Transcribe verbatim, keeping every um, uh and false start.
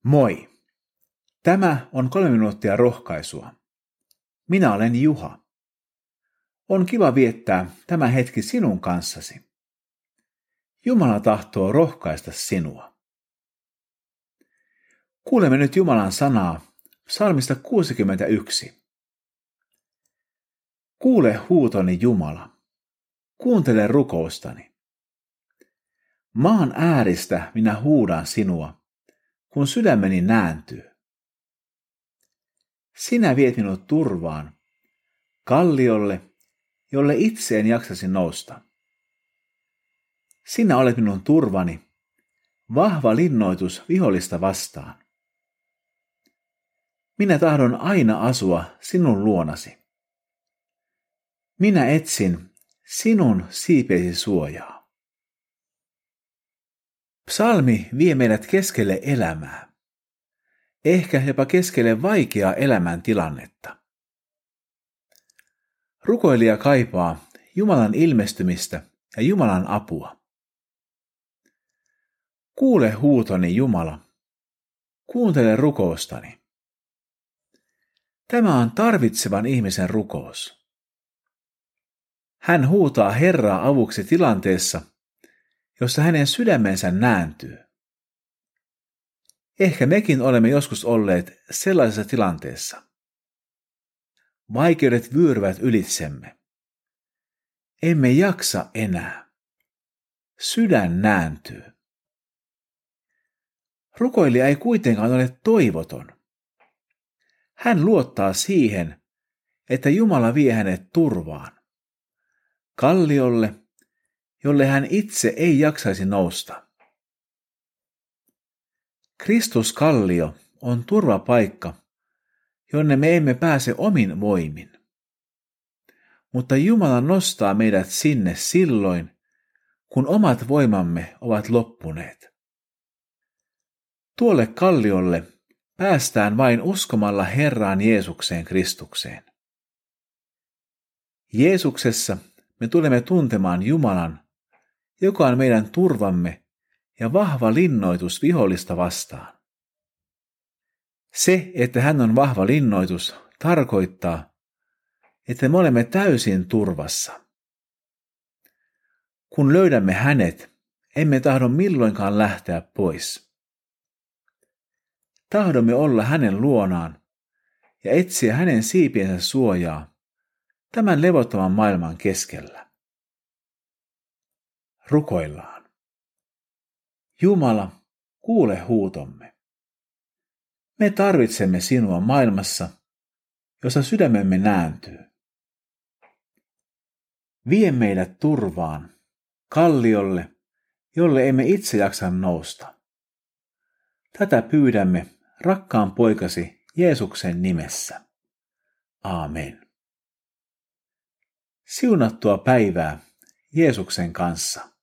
Moi! Tämä on kolme minuuttia rohkaisua. Minä olen Juha. On kiva viettää tämä hetki sinun kanssasi. Jumala tahtoo rohkaista sinua. Kuulemme nyt Jumalan sanaa psalmista kuusikymmentäyksi. Kuule huutoni Jumala. Kuuntele rukoustani. Maan ääristä minä huudan sinua, kun sydämeni nääntyy. Sinä viet minut turvaan, kalliolle, jolle itse en jaksasi nousta. Sinä olet minun turvani, vahva linnoitus vihollista vastaan. Minä tahdon aina asua sinun luonasi. Minä etsin sinun siipeesi suojaa. Psalmi vie meidät keskelle elämää, ehkä jopa keskelle vaikeaa elämäntilannetta. Rukoilija kaipaa Jumalan ilmestymistä ja Jumalan apua. Kuule huutoni Jumala, kuuntele rukoustani. Tämä on tarvitsevan ihmisen rukous. Hän huutaa Herraa avuksi tilanteessa, jossa hänen sydämensä nääntyy. Ehkä mekin olemme joskus olleet sellaisessa tilanteessa. Vaikeudet vyöryvät ylitsemme. Emme jaksa enää. Sydän nääntyy. Rukoilija ei kuitenkaan ole toivoton. Hän luottaa siihen, että Jumala vie hänet turvaan. Kalliolle, jolle hän itse ei jaksaisi nousta. Kristuskallio on turvapaikka, jonne me emme pääse omin voimin. Mutta Jumala nostaa meidät sinne silloin, kun omat voimamme ovat loppuneet. Tuolle kalliolle päästään vain uskomalla Herraan Jeesukseen Kristukseen. Jeesuksessa me tulemme tuntemaan Jumalan, joka on meidän turvamme ja vahva linnoitus vihollista vastaan. Se, että hän on vahva linnoitus, tarkoittaa, että me olemme täysin turvassa. Kun löydämme hänet, emme tahdo milloinkaan lähteä pois. Tahdomme olla hänen luonaan ja etsiä hänen siipiensä suojaa tämän levottoman maailman keskellä. Rukoillaan. Jumala, kuule huutomme. Me tarvitsemme sinua maailmassa, jossa sydämemme nääntyy. Vie meidät turvaan, kalliolle, jolle emme itse jaksa nousta. Tätä pyydämme rakkaan poikasi Jeesuksen nimessä. Aamen. Siunattua päivää Jeesuksen kanssa.